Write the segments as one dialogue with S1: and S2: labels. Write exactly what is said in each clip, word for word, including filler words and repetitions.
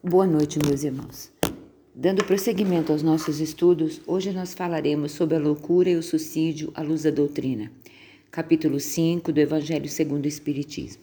S1: Boa noite, meus irmãos. Dando prosseguimento aos nossos estudos, hoje nós falaremos sobre a loucura e o suicídio à luz da doutrina. Capítulo cinco do Evangelho segundo o Espiritismo.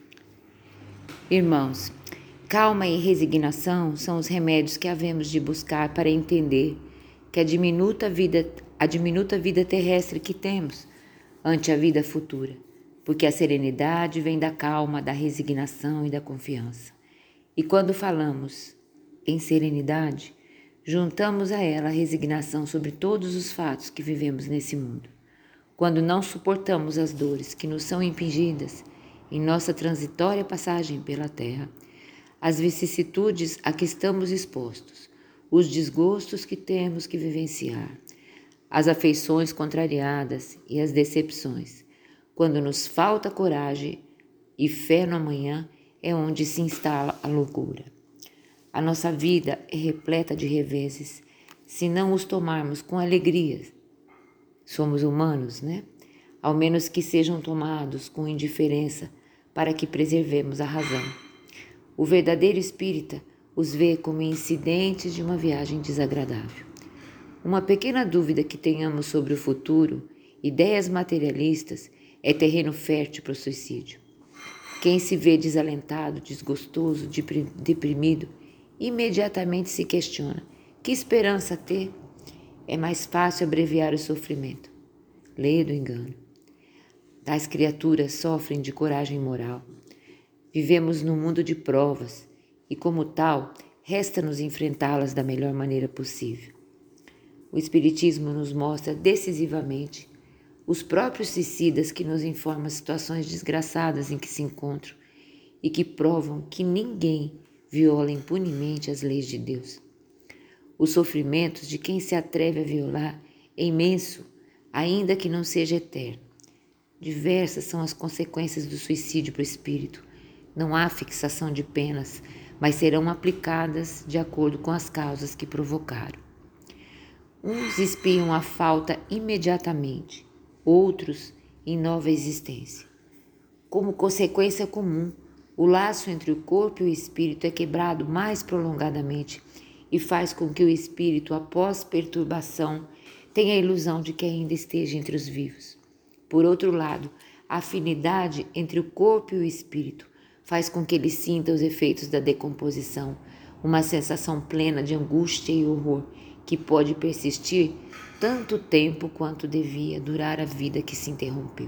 S1: Irmãos, calma e resignação são os remédios que havemos de buscar para entender que a diminuta vida, a diminuta vida terrestre que temos ante a vida futura, porque a serenidade vem da calma, da resignação e da confiança. E quando falamos em serenidade, juntamos a ela a resignação sobre todos os fatos que vivemos nesse mundo. Quando não suportamos as dores que nos são impingidas em nossa transitória passagem pela terra, as vicissitudes a que estamos expostos, os desgostos que temos que vivenciar, as afeições contrariadas e as decepções, quando nos falta coragem e fé no amanhã, é onde se instala a loucura. A nossa vida é repleta de reveses, se não os tomarmos com alegria. Somos humanos, né? Ao menos que sejam tomados com indiferença, para que preservemos a razão. O verdadeiro espírita os vê como incidentes de uma viagem desagradável. Uma pequena dúvida que tenhamos sobre o futuro, ideias materialistas, é terreno fértil para o suicídio. Quem se vê desalentado, desgostoso, deprimido, imediatamente se questiona: que esperança ter? É mais fácil abreviar o sofrimento. Lei do engano. Tais criaturas sofrem de coragem moral. Vivemos num mundo de provas e, como tal, resta-nos enfrentá-las da melhor maneira possível. O Espiritismo nos mostra decisivamente os próprios suicidas que nos informam as situações desgraçadas em que se encontram e que provam que ninguém viola impunemente as leis de Deus. Os sofrimentos de quem se atreve a violar é imenso, ainda que não seja eterno. Diversas são as consequências do suicídio para o espírito. Não há fixação de penas, mas serão aplicadas de acordo com as causas que provocaram. Uns espiam a falta imediatamente, outros em nova existência. Como consequência comum, o laço entre o corpo e o espírito é quebrado mais prolongadamente e faz com que o espírito, após perturbação, tenha a ilusão de que ainda esteja entre os vivos. Por outro lado, a afinidade entre o corpo e o espírito faz com que ele sinta os efeitos da decomposição, uma sensação plena de angústia e horror que pode persistir tanto tempo quanto devia durar a vida que se interrompeu.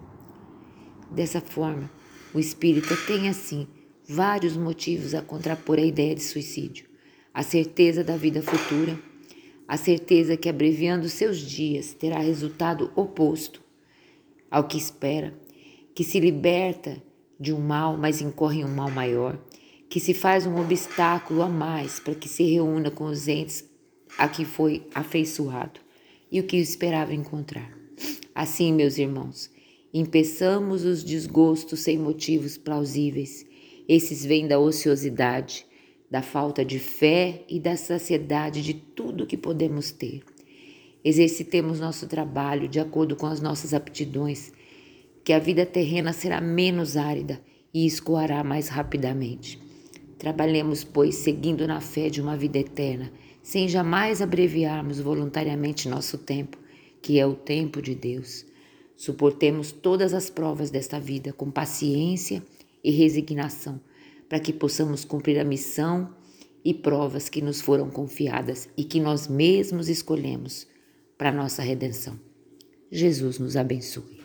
S1: Dessa forma, o espírita tem, assim, vários motivos a contrapor a ideia de suicídio: a certeza da vida futura, a certeza que, abreviando seus dias, terá resultado oposto ao que espera, que se liberta de um mal, mas incorre em um mal maior, que se faz um obstáculo a mais para que se reúna com os entes a que foi afeiçoado e o que esperava encontrar. Assim, meus irmãos, impeçamos os desgostos sem motivos plausíveis. Esses vêm da ociosidade, da falta de fé e da saciedade de tudo que podemos ter. Exercitemos nosso trabalho de acordo com as nossas aptidões, que a vida terrena será menos árida e escoará mais rapidamente. Trabalhemos, pois, seguindo na fé de uma vida eterna, sem jamais abreviarmos voluntariamente nosso tempo, que é o tempo de Deus. Suportemos todas as provas desta vida com paciência e resignação, para que possamos cumprir a missão e provas que nos foram confiadas e que nós mesmos escolhemos para nossa redenção. Jesus nos abençoe.